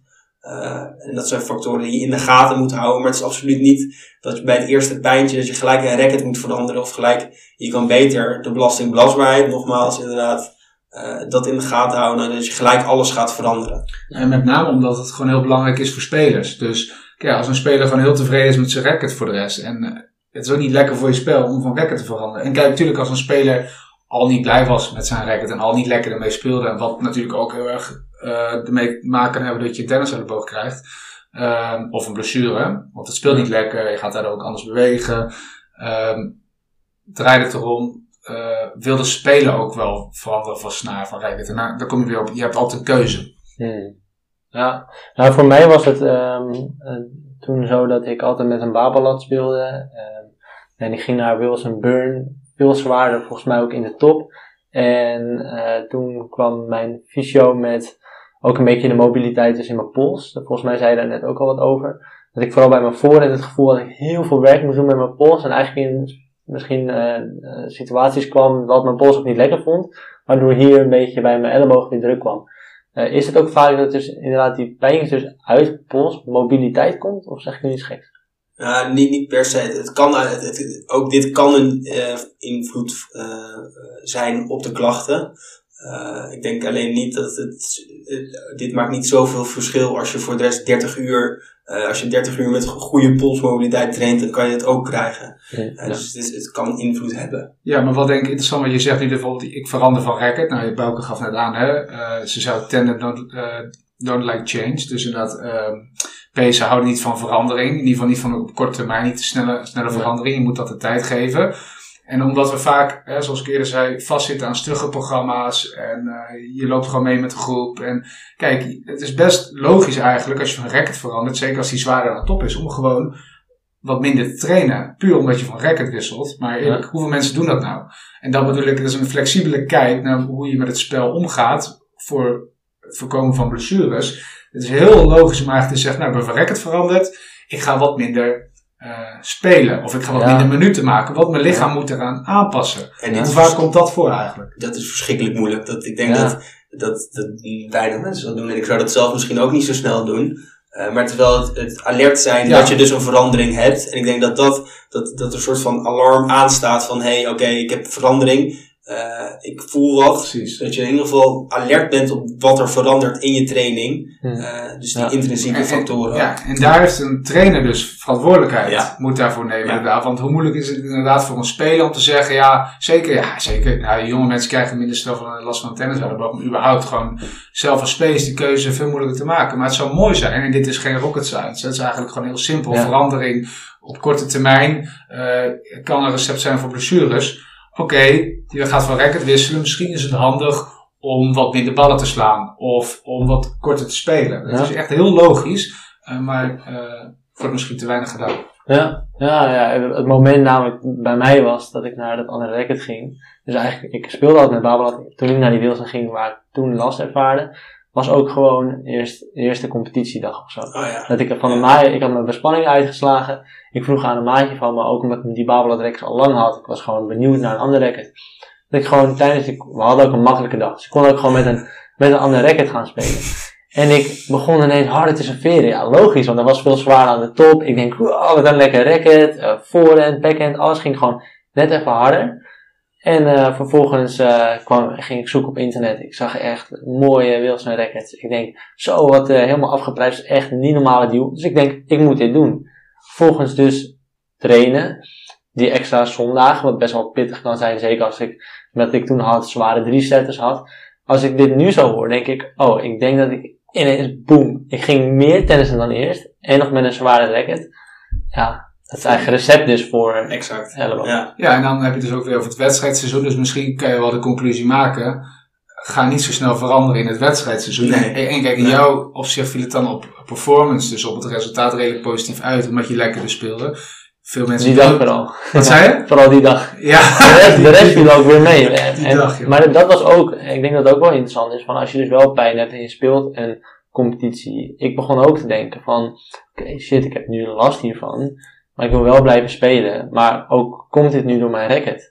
En dat zijn factoren die je in de gaten moet houden. Maar het is absoluut niet dat je bij het eerste pijntje dat je gelijk een racket moet veranderen. Of gelijk, je kan beter de belastbaarheid, nogmaals inderdaad, dat in de gaten houden. Dat je gelijk alles gaat veranderen. En met name omdat het gewoon heel belangrijk is voor spelers. Dus kijk, als een speler gewoon heel tevreden is met zijn racket voor de rest. En het is ook niet lekker voor je spel om van racket te veranderen. En kijk, natuurlijk als een speler al niet blij was met zijn racket en al niet lekker ermee speelde. En wat natuurlijk ook heel erg ermee te maken kan hebben dat je tenniselleboog krijgt. Of een blessure. Want het speelt niet lekker. Je gaat daardoor ook anders bewegen. Draait het erom. Wil de speler ook wel veranderen van snaar, van racket. En dan kom je weer op. Je hebt altijd een keuze. Ja. Nou, voor mij was het toen zo dat ik altijd met een babalat speelde. En ik ging naar Wilson Burn. Veel zwaarder, volgens mij ook in de top. En toen kwam mijn fysio met ook een beetje de mobiliteit dus in mijn pols. Volgens mij zei je daar net ook al wat over. Dat ik vooral bij mijn voorhand het gevoel had dat ik heel veel werk moest doen met mijn pols. En eigenlijk in misschien situaties kwam dat mijn pols ook niet lekker vond. Waardoor hier een beetje bij mijn elleboog weer druk kwam. Is het ook vaak dat dus inderdaad die pijn dus uit pols mobiliteit komt? Of zeg ik nu iets geks? Niet per se. Het kan, ook dit kan een invloed zijn op de klachten. Ik denk alleen niet dat dit maakt niet zoveel verschil als je voor de rest 30 uur, als je 30 uur met goede polsmobiliteit traint, dan kan je het ook krijgen. Dus het kan invloed hebben. Ja, maar wat denk ik interessant wat je zegt nu bijvoorbeeld, ik verander van racket. Nou, Bouke gaf net aan, hè. Ze zou tenden don't like change. Dus inderdaad, Pezen houden niet van verandering. In ieder geval niet van op korte termijn, niet te snelle verandering. Je moet dat de tijd geven. En omdat we vaak, zoals ik eerder zei, vastzitten aan stugge programma's en je loopt gewoon mee met de groep. En kijk, het is best logisch eigenlijk als je van racket verandert, zeker als die zwaarder aan de top is, om gewoon wat minder te trainen. Puur omdat je van racket wisselt. Maar eerlijk, hoeveel mensen doen dat nou? En dat bedoel ik, dat is een flexibele kijk naar hoe je met het spel omgaat voor het voorkomen van blessures. Het is heel logisch om eigenlijk te zeggen, nou, ik ben van racket veranderd. Ik ga wat minder spelen. Of ik ga wat minder minuten maken. Want mijn lichaam moet eraan aanpassen. En hoe vaak komt dat voor eigenlijk? Dat is verschrikkelijk moeilijk. Ik denk dat weinig mensen dat doen. En ik zou dat zelf misschien ook niet zo snel doen. Maar het is wel het alert zijn dat je dus een verandering hebt. En ik denk dat een soort van alarm aanstaat van oké, ik heb verandering. Ik voel wat. Precies. Dat je in ieder geval alert bent op wat er verandert in je training. Dus die intrinsieke factoren. Ja, en daar heeft een trainer dus verantwoordelijkheid. Moet daarvoor nemen inderdaad. Want hoe moeilijk is het inderdaad voor een speler om te zeggen, zeker. Nou, jonge mensen krijgen minder snel last van tennis. Maar überhaupt gewoon zelf als speler is die keuze veel moeilijker te maken. Maar het zou mooi zijn. En dit is geen rocket science. Het is eigenlijk gewoon heel simpel. Verandering op korte termijn. Kan een recept zijn voor blessures. Oké, je gaat van racket wisselen. Misschien is het handig om wat minder ballen te slaan. Of om wat korter te spelen. Het is echt heel logisch. Maar wordt misschien te weinig gedaan. Ja. Het moment namelijk bij mij was dat ik naar dat andere racket ging. Dus eigenlijk, ik speelde altijd met Babolat. Toen ik naar die Wilson ging, waar ik toen last ervaarde, was ook gewoon de eerste competitiedag of zo. Dat ik ik had mijn bespanning uitgeslagen. Ik vroeg aan een maatje van me, ook omdat ik die Babolat rackets al lang had. Ik was gewoon benieuwd naar een ander racket. Dat ik gewoon we hadden ook een makkelijke dag. Dus ik kon ook gewoon met een ander racket gaan spelen. En ik begon ineens harder te serveren. Ja, logisch, want dat was veel zwaarder aan de top. Ik denk, wat een lekker racket. Voorhand, backhand, alles ging gewoon net even harder. En vervolgens ging ik zoeken op internet. Ik zag echt mooie Wilson rackets. Ik denk, wat helemaal afgeprijsd. Echt een niet normale deal. Dus ik denk, ik moet dit doen. Vervolgens dus trainen. Die extra zondagen, wat best wel pittig kan zijn. Zeker als ik toen had, zware 3-setters had. Als ik dit nu zou horen, denk ik, ik denk dat ik ineens, boom. Ik ging meer tennissen dan eerst. En nog met een zware racket. Ja. Dat is eigenlijk recept dus voor elleboog. Ja, en dan heb je dus ook weer over het wedstrijdseizoen. Dus misschien kan je wel de conclusie maken. Ga niet zo snel veranderen in het wedstrijdseizoen. En kijk, in jouw opzicht viel het dan op performance. Dus op het resultaat redelijk positief uit. Omdat je lekkerder speelde. Veel mensen die dag vooral. Wat zei je? Vooral die dag. Ja. De rest viel ook weer mee. Maar dat was ook, ik denk dat het ook wel interessant is. Van als je dus wel pijn hebt en je speelt een competitie. Ik begon ook te denken van, ik heb nu last hiervan. Maar ik wil wel blijven spelen. Maar ook, komt dit nu door mijn racket?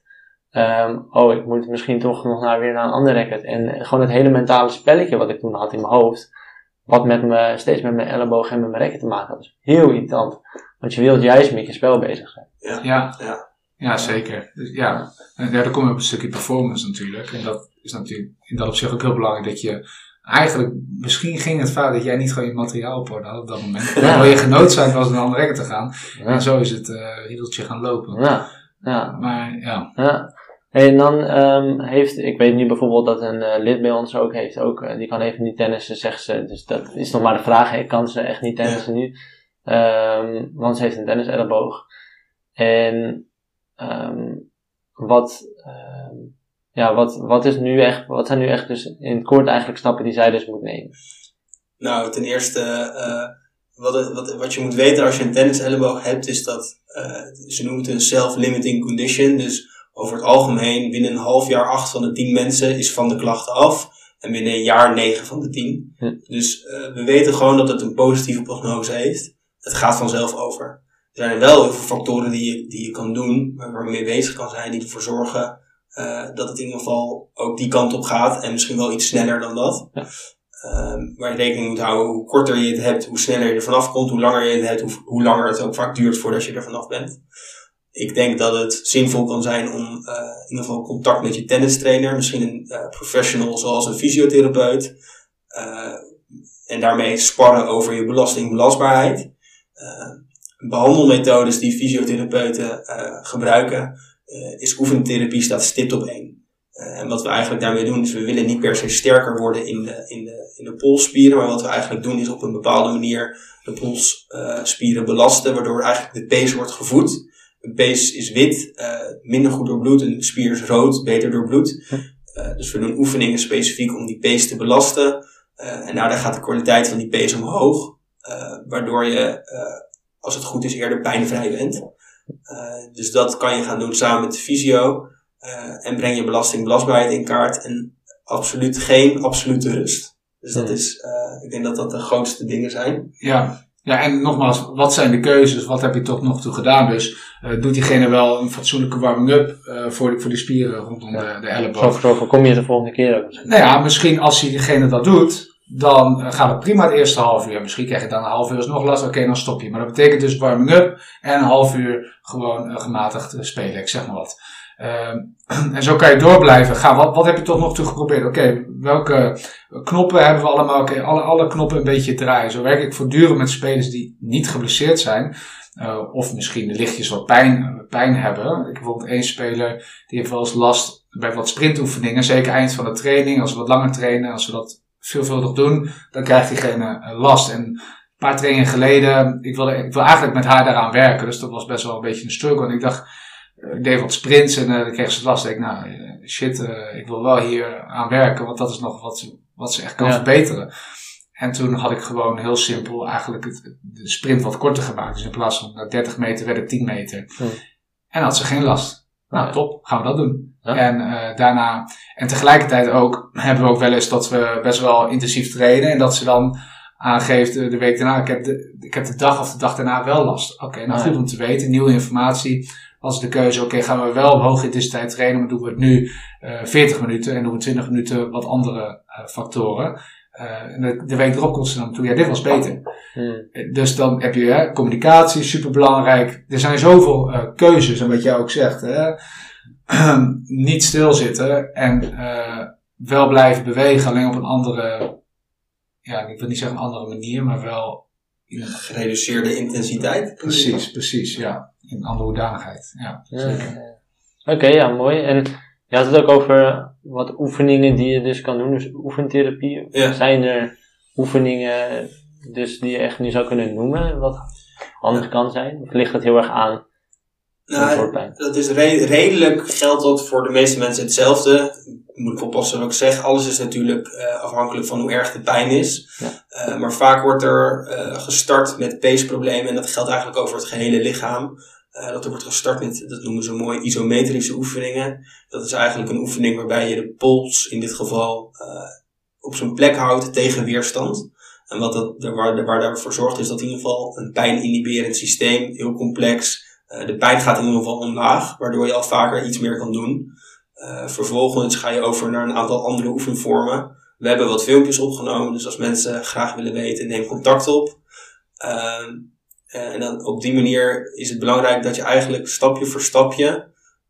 Ik moet misschien toch nog weer naar een ander racket. En gewoon het hele mentale spelletje wat ik toen had in mijn hoofd. Wat steeds met mijn elleboog en met mijn racket te maken had. Dus heel irritant. Want je wilt juist met je spel bezig zijn. Ja, zeker. Dus, en dan kom je op een stukje performance natuurlijk. En dat is natuurlijk in dat opzicht ook heel belangrijk dat je... Eigenlijk, misschien ging het fout dat jij niet gewoon je materiaal op orde had op dat moment. Waardoor je genoodzaakt was om naar een andere rekker te gaan. En zo is het riedeltje gaan lopen. Maar En dan ik weet nu bijvoorbeeld dat een lid bij ons ook heeft. Die kan even niet tennissen, zegt ze. Dus dat is nog maar de vraag. Kan ze echt niet tennissen nu? Want ze heeft een tenniselleboog. En wat zijn nu echt dus in het kort eigenlijk stappen die zij dus moet nemen? Nou, ten eerste, wat je moet weten als je een tenniselleboog hebt, is dat, ze noemen het een self-limiting condition. Dus over het algemeen, binnen een half jaar 8 van de 10 mensen is van de klachten af. En binnen een jaar 9 van de 10. Dus we weten gewoon dat het een positieve prognose heeft. Het gaat vanzelf over. Er zijn wel heel veel factoren die je kan doen, waar je mee bezig kan zijn, die ervoor zorgen dat het in ieder geval ook die kant op gaat. En misschien wel iets sneller dan dat. Waar je rekening moet houden, hoe korter je het hebt, hoe sneller je er vanaf komt. Hoe langer je het hebt, hoe langer het ook vaak duurt voordat je er vanaf bent. Ik denk dat het zinvol kan zijn om in ieder geval contact met je tennistrainer, misschien een professional zoals een fysiotherapeut, en daarmee sparren over je belastbaarheid. Behandelmethodes die fysiotherapeuten gebruiken, is oefentherapie staat stipt op 1. En wat we eigenlijk daarmee doen is, we willen niet per se sterker worden in de polsspieren, maar wat we eigenlijk doen is op een bepaalde manier de polsspieren belasten, waardoor eigenlijk de pees wordt gevoed. Een pees is wit, minder goed doorbloed, en de spier is rood, beter doorbloed. Dus we doen oefeningen specifiek om die pees te belasten. En daar gaat de kwaliteit van die pees omhoog, waardoor je, als het goed is, eerder pijnvrij bent. Dus dat kan je gaan doen samen met de fysio. En breng je belastbaarheid in kaart. En absoluut geen absolute rust. Dus dat is, ik denk dat dat de grootste dingen zijn. Ja. Ja, en nogmaals, wat zijn de keuzes? Wat heb je tot nog toe gedaan? Dus doet diegene wel een fatsoenlijke warming-up voor die spieren rondom de elleboog? Zo voorkom je het de volgende keer ook. Nou ja, misschien als diegene dat doet, dan gaat het prima het eerste half uur. Misschien krijg je dan een half uur nog last. Oké, dan stop je. Maar dat betekent dus warming-up en een half uur gewoon gematigd spelen. Ik zeg maar wat. En zo kan je door blijven gaan. Wat heb je tot nog toe geprobeerd? Oké, welke knoppen hebben we allemaal? Oké, alle knoppen een beetje draaien. Zo werk ik voortdurend met spelers die niet geblesseerd zijn. Of misschien de lichtjes wat pijn hebben. Ik heb bijvoorbeeld één speler die heeft wel eens last bij wat sprintoefeningen. Zeker eind van de training. Als we wat langer trainen, als we dat veelvuldig doen, dan krijgt diegene last. En een paar trainingen geleden, ik wil eigenlijk met haar daaraan werken. Dus dat was best wel een beetje een struggle. En ik dacht, ik deed wat sprints en dan kreeg ze last. Ik dacht, ik wil wel hier aan werken, want dat is nog wat ze echt kan verbeteren. En toen had ik gewoon heel simpel eigenlijk de sprint wat korter gemaakt. Dus in plaats van 30 meter werd het 10 meter. En had ze geen last. Nou, top, gaan we dat doen. Ja. En daarna, en tegelijkertijd ook, hebben we ook wel eens dat we best wel intensief trainen. En dat ze dan aangeeft de week daarna, ik heb de dag of de dag daarna wel last. Oké, nou goed om te weten, nieuwe informatie. Als de keuze, gaan we wel op hoge intensiteit trainen, maar doen we het nu 40 minuten en doen we 20 minuten wat andere factoren. En de week erop komt ze dan toe, dit was beter. Dus dan heb je communicatie, superbelangrijk. Er zijn zoveel keuzes, en wat jij ook zegt, niet stilzitten en wel blijven bewegen, alleen op een andere, ik wil niet zeggen een andere manier, maar wel gereduceerde intensiteit. Precies, ja. In een andere hoedanigheid, zeker. Oké, mooi. En je had het ook over wat oefeningen die je dus kan doen, dus oefentherapie. Ja. Zijn er oefeningen dus die je echt nu zou kunnen noemen, wat anders kan zijn? Of ligt het heel erg aan? Dat is redelijk, geldt dat voor de meeste mensen hetzelfde. Moet ik oppassen wat ik zeg. Alles is natuurlijk afhankelijk van hoe erg de pijn is. Ja. Maar vaak wordt er gestart met paceproblemen. En dat geldt eigenlijk over het gehele lichaam. Dat er wordt gestart met, dat noemen ze mooi, isometrische oefeningen. Dat is eigenlijk een oefening waarbij je de pols in dit geval op zijn plek houdt tegen weerstand. En waar daarvoor zorgt is dat in ieder geval een pijninhiberend systeem, heel complex. De pijn gaat in ieder geval omlaag, waardoor je al vaker iets meer kan doen. Vervolgens ga je over naar een aantal andere oefenvormen. We hebben wat filmpjes opgenomen, dus als mensen graag willen weten, neem contact op. En dan op die manier is het belangrijk dat je eigenlijk stapje voor stapje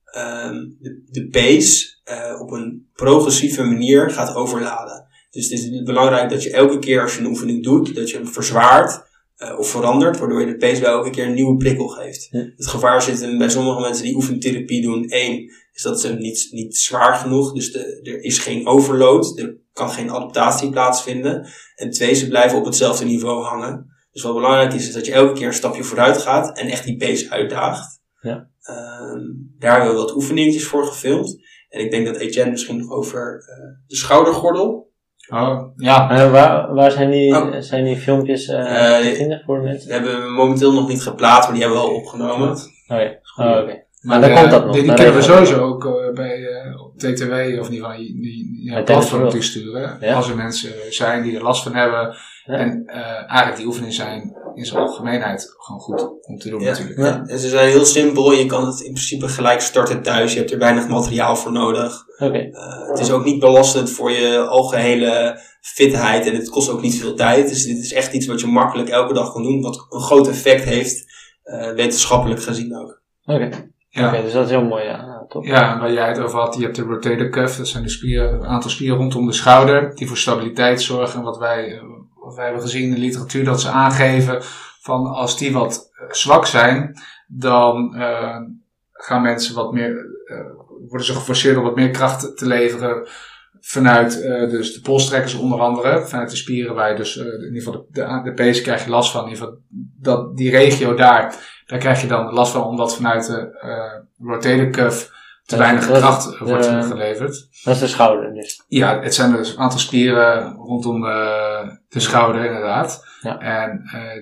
de pace op een progressieve manier gaat overladen. Dus het is belangrijk dat je elke keer als je een oefening doet, dat je hem verzwaart of verandert, waardoor je de pace bij elke keer een nieuwe prikkel geeft. Het gevaar zit bij sommige mensen die oefentherapie doen. 1 is dat ze niet zwaar genoeg, dus er is geen overload, er kan geen adaptatie plaatsvinden. En 2, ze blijven op hetzelfde niveau hangen. Dus wat belangrijk is dat je elke keer een stapje vooruit gaat en echt die pace uitdaagt. Ja. Daar hebben we wat oefeningetjes voor gefilmd. En ik denk dat Etienne misschien nog over de schoudergordel. Oh, ja. Waar zijn die filmpjes te vinden voor mensen? Die hebben we momenteel nog niet geplaatst, maar die hebben we al opgenomen. Oké. Maar dan komt dat nog. Die kunnen we sowieso ook bij TTW of in ieder geval die platform toesturen. Ja. Als er mensen zijn die er last van hebben. Ja. En eigenlijk die oefeningen zijn in zijn algemeenheid gewoon goed om te doen natuurlijk. Ja. En ze zijn heel simpel. Je kan het in principe gelijk starten thuis. Je hebt er weinig materiaal voor nodig. Het is ook niet belastend voor je algehele fitheid. En het kost ook niet veel tijd. Dus dit is echt iets wat je makkelijk elke dag kan doen. Wat een groot effect heeft. Wetenschappelijk gezien ook. Oké, dus dat is heel mooi, ja. Top. Ja, waar jij het over had, je hebt de rotator cuff. Dat zijn een aantal spieren rondom de schouder. Die voor stabiliteit zorgen. Wat wij hebben gezien in de literatuur, dat ze aangeven van als die wat zwak zijn, dan gaan mensen wat meer, worden ze geforceerd om wat meer kracht te leveren vanuit dus de polstrekkers onder andere, vanuit de spieren waar je dus in ieder geval de pees krijg je last van. In ieder geval die regio daar krijg je dan last van, omdat vanuit de rotator cuff te weinig kracht wordt geleverd. Dat is de schouder dus. Ja, het zijn dus een aantal spieren rondom de schouder inderdaad. Ja. En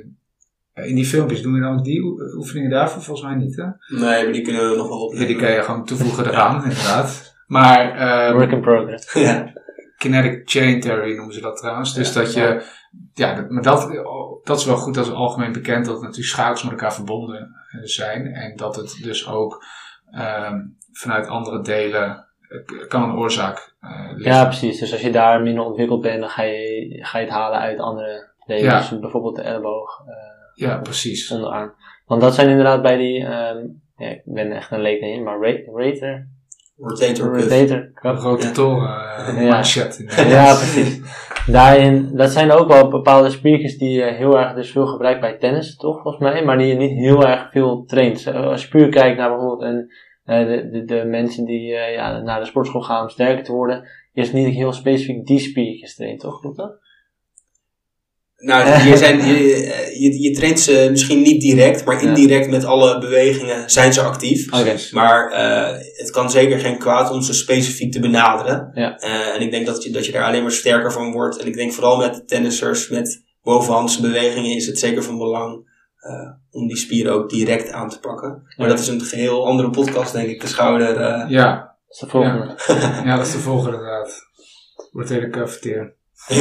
in die filmpjes doen we dan ook die oefeningen daarvoor volgens mij niet, hè? Nee, maar die kunnen we nog wel opnemen. Ja, die kan je gewoon toevoegen eraan, inderdaad. Maar work in progress. Kinetic chain theory noemen ze dat trouwens. Dus dat je maar dat is wel goed, dat is algemeen bekend, dat natuurlijk schakels met elkaar verbonden zijn. En dat het dus ook vanuit andere delen kan een oorzaak liggen. Ja, precies. Dus als je daar minder ontwikkeld bent, dan ga je het halen uit andere delen. Ja. Dus bijvoorbeeld de elleboog, Ja, precies. onderarm. Want dat zijn inderdaad bij die, ik ben echt een leek in, maar Rotator cuff. rotator cuff. Rotatoren, manchet. Ja, precies. Daarin, dat zijn ook wel bepaalde spiertjes die je heel erg dus veel gebruikt bij tennis, toch volgens mij, maar die je niet heel erg veel traint. Als je puur kijkt naar bijvoorbeeld de mensen die naar de sportschool gaan om sterker te worden, is niet heel specifiek die spiertjes traint, toch? Klopt dat? Nou, je traint ze misschien niet direct, maar indirect met alle bewegingen zijn ze actief. Okay. Maar het kan zeker geen kwaad om ze specifiek te benaderen. Ja. En ik denk dat je daar alleen maar sterker van wordt. En ik denk vooral met de tennissers, met bovenhandse bewegingen is het zeker van belang om die spieren ook direct aan te pakken. Maar dat is een geheel andere podcast, denk ik, de schouder. Ja. Dat is de volgende. Ja, dat is de volgende inderdaad. Rotator cuff tear.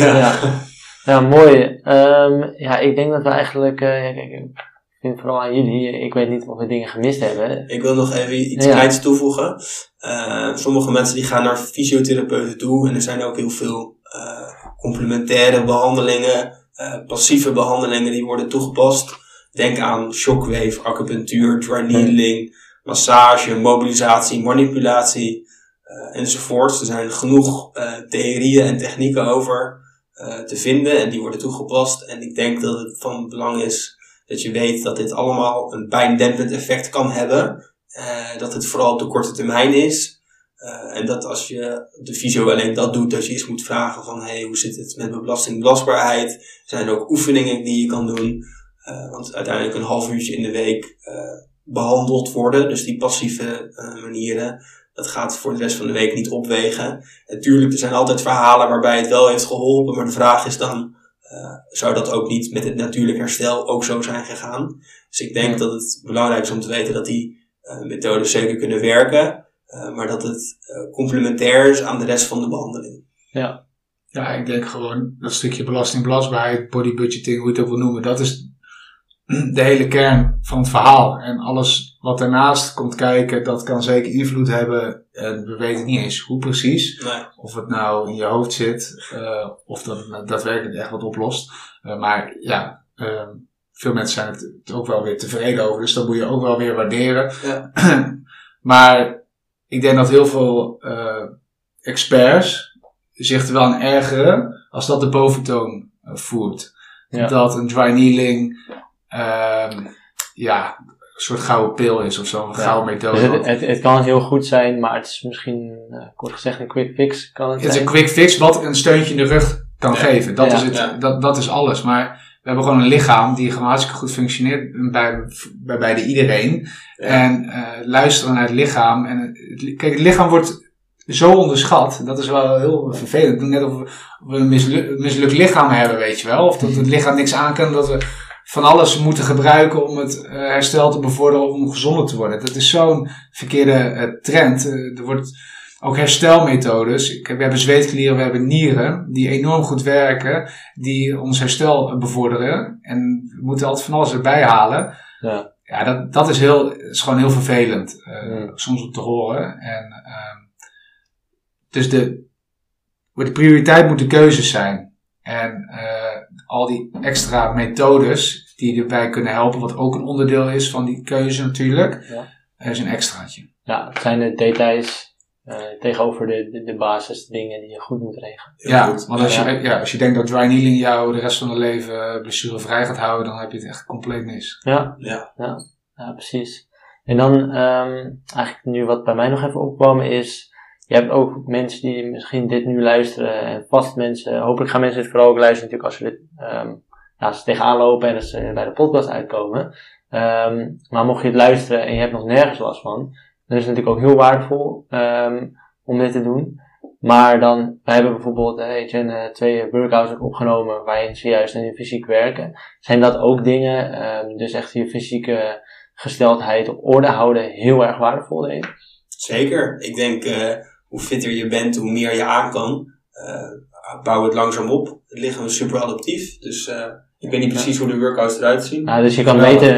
Ja, mooi. Ik denk dat we eigenlijk, ik vind vooral aan jullie, ik weet niet of we dingen gemist hebben. Ik wil nog even iets kleins toevoegen. Sommige mensen die gaan naar fysiotherapeuten toe en er zijn ook heel veel complementaire behandelingen, passieve behandelingen die worden toegepast. Denk aan shockwave, acupunctuur, dry needling, massage, mobilisatie, manipulatie enzovoort. Er zijn genoeg theorieën en technieken over te vinden en die worden toegepast. En ik denk dat het van belang is dat je weet dat dit allemaal een pijndempend effect kan hebben. Dat het vooral op de korte termijn is. En dat als je de fysio alleen dat doet, dat je eens moet vragen van hoe zit het met mijn belastingbelastbaarheid? Zijn er ook oefeningen die je kan doen? Want uiteindelijk een half uurtje in de week behandeld worden. Dus die passieve manieren, dat gaat voor de rest van de week niet opwegen. En tuurlijk, er zijn altijd verhalen waarbij het wel heeft geholpen. Maar de vraag is dan, zou dat ook niet met het natuurlijk herstel ook zo zijn gegaan? Dus ik denk dat het belangrijk is om te weten dat die methodes zeker kunnen werken. Maar dat het complementair is aan de rest van de behandeling. Ja. Ja, ik denk gewoon dat stukje belastingbelastbaarheid, bodybudgeting, hoe je het ook wil noemen, dat is de hele kern van het verhaal. En alles wat daarnaast komt kijken, dat kan zeker invloed hebben. En we weten niet eens hoe precies. Nee. Of het nou in je hoofd zit, of dat het daadwerkelijk echt wat oplost. Maar ja, veel mensen zijn het ook wel weer tevreden over. Dus dat moet je ook wel weer waarderen. Ja. Maar ik denk dat heel veel experts zich er wel aan ergeren als dat de boventoon voert. Ja. Dat een dry needling een soort gouden pil is of zo, een gouden methode. Dus het kan heel goed zijn, maar het is misschien, kort gezegd, een quick fix. Kan het is zijn? een quick fix wat een steuntje in de rug kan geven. Dat is het. Ja. Dat is alles. Maar we hebben gewoon een lichaam die gewoon hartstikke goed functioneert bij bijna iedereen. Ja. En luisteren naar het lichaam. En kijk, het lichaam wordt zo onderschat. Dat is wel heel vervelend. Net of we een mislukt lichaam hebben, weet je wel. Of dat het lichaam niks aan kan. Dat we van alles moeten gebruiken om het herstel te bevorderen of om gezonder te worden. Dat is zo'n verkeerde trend. Er wordt ook herstelmethodes. We hebben zweetklieren, we hebben nieren. Die enorm goed werken. Die ons herstel bevorderen. En we moeten altijd van alles erbij halen. Ja. Ja, dat is gewoon heel vervelend. Soms om te horen. En dus de prioriteit moet de keuzes zijn. En al die extra methodes die erbij kunnen helpen, wat ook een onderdeel is van die keuze natuurlijk, is een extraatje. Ja, het zijn de details tegenover de basisdingen die je goed moet regelen. Ja, want als je denkt dat dry needling jou de rest van je leven blessurevrij gaat houden, dan heb je het echt compleet mis. Ja, precies. En dan eigenlijk nu wat bij mij nog even opkwam is, je hebt ook mensen die misschien dit nu luisteren en vast mensen, hopelijk gaan mensen dit vooral ook luisteren natuurlijk als ze dit als ze tegenaan lopen en als ze bij de podcast uitkomen. Maar mocht je het luisteren en je hebt nog nergens last van, dan is het natuurlijk ook heel waardevol om dit te doen. Maar dan, wij hebben bijvoorbeeld 2 workouts opgenomen waarin ze juist in je fysiek werken. Zijn dat ook dingen, dus echt je fysieke gesteldheid op orde houden, heel erg waardevol denk ik? Zeker. Ik denk, hoe fitter je bent, hoe meer je aan kan. bouwen het langzaam op. Het lichaam is super adaptief. Dus ik weet niet precies hoe de workouts eruit zien. Dus je kan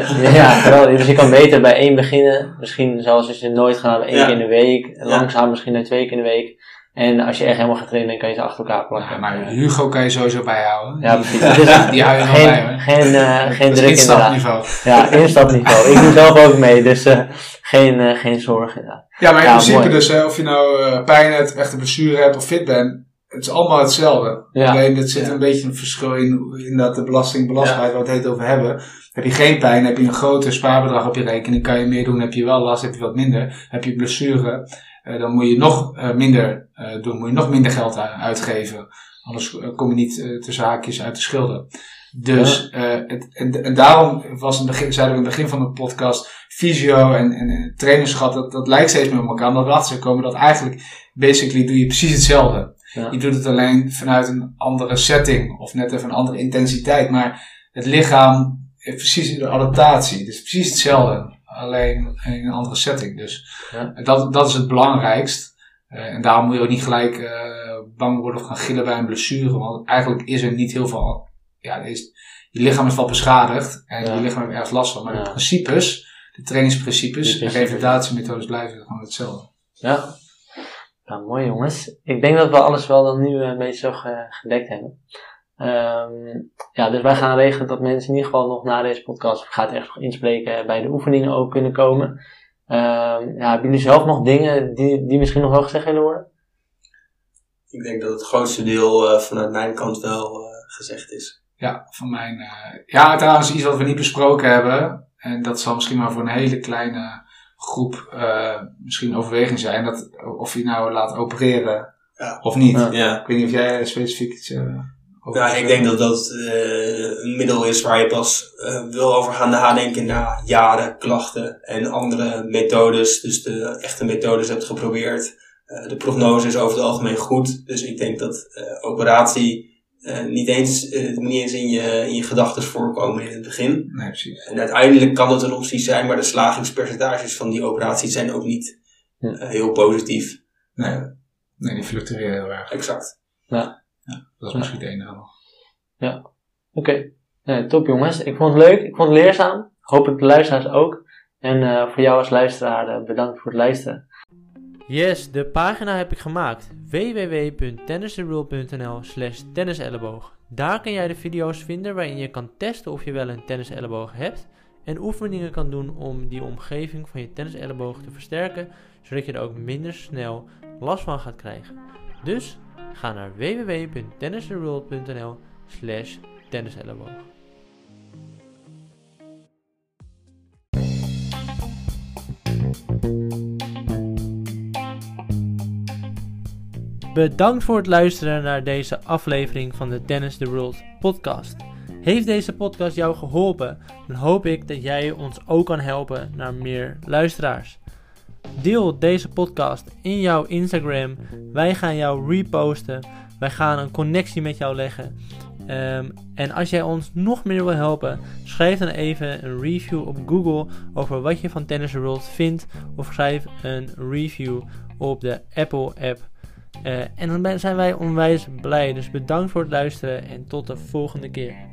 beter bij 1 beginnen. Misschien zoals als je het nooit gaat, 1 keer in de week. Langzaam misschien naar 2 keer in de week. En als je echt helemaal gaat trainen, dan kan je ze achter elkaar plakken. Ja, maar Hugo kan je sowieso bijhouden. Ja, precies. Die hou je wel bij, hoor. Geen druk instapniveau. Ja, instapniveau. Ik doe zelf ook mee, dus geen zorgen inderdaad. Ja, maar in principe mooi. dus, of je nou pijn hebt, echt een blessure hebt of fit bent, het is allemaal hetzelfde. Ja. Alleen er zit een beetje een verschil in dat de belastbaarheid, waar we het heet over hebben. Heb je geen pijn, heb je een groter spaarbedrag op je rekening, kan je meer doen, heb je wel last, heb je wat minder. Heb je blessure, dan moet je nog minder doen, moet je nog minder geld uitgeven. Anders kom je niet tussen haakjes uit de schulden. Dus, en daarom was zeiden we in het begin van de podcast, fysio en trainerschap, dat lijkt steeds meer op elkaar. Omdat we achter zijn komen dat eigenlijk, basically doe je precies hetzelfde. Ja. Je doet het alleen vanuit een andere setting, of net even een andere intensiteit. Maar het lichaam heeft precies de adaptatie. Het is precies hetzelfde, alleen in een andere setting. Dus dat is het belangrijkst. En daarom moet je ook niet gelijk bang worden of gaan gillen bij een blessure. Want eigenlijk is er niet heel veel. Je lichaam is wel beschadigd en je lichaam heeft ergens last van. Maar de principes, de trainingsprincipes en revalidatiemethodes blijven gewoon hetzelfde. Ja. Nou, mooi jongens. Ik denk dat we alles wel dan nu een beetje zo gedekt hebben. Dus wij gaan regelen dat mensen in ieder geval nog na deze podcast, of gaat echt nog inspreken, bij de oefeningen ook kunnen komen. Hebben jullie zelf nog dingen die misschien nog wel gezegd willen worden? Ik denk dat het grootste deel vanuit mijn kant wel gezegd is. Ja, van mijn... trouwens iets wat we niet besproken hebben. En dat zal misschien maar voor een hele kleine groep misschien overweging zijn. Dat of je nou laat opereren of niet. Ja. Ik weet niet of jij specifiek iets over... ik denk dat dat een middel is waar je pas wil over gaan nadenken na jaren klachten en andere methodes. Dus de echte methodes hebt geprobeerd. De prognose is over het algemeen goed. Dus ik denk dat operatie niet eens in je gedachten voorkomen in het begin. Nee, precies. En uiteindelijk kan het een optie zijn, maar de slagingspercentages van die operaties zijn ook niet heel positief. Nee, die fluctueren heel erg. Exact. Ja, dat is misschien het enige nog. Ja, oké. Top jongens. Ik vond het leuk, ik vond het leerzaam. Hopelijk de luisteraars ook. En voor jou als luisteraar bedankt voor het luisteren. Yes, de pagina heb ik gemaakt. www.tennisthereal.nl/tenniselleboog. Daar kan jij de video's vinden waarin je kan testen of je wel een tenniselleboog hebt. En oefeningen kan doen om die omgeving van je tenniselleboog te versterken. Zodat je er ook minder snel last van gaat krijgen. Dus ga naar www.tennisthereal.nl/tenniselleboog. Bedankt voor het luisteren naar deze aflevering van de Tennis the World podcast. Heeft deze podcast jou geholpen? Dan hoop ik dat jij ons ook kan helpen naar meer luisteraars. Deel deze podcast in jouw Instagram. Wij gaan jou reposten. Wij gaan een connectie met jou leggen. En als jij ons nog meer wil helpen, schrijf dan even een review op Google over wat je van Tennis the World vindt. Of schrijf een review op de Apple app. En dan zijn wij onwijs blij. Dus bedankt voor het luisteren en tot de volgende keer.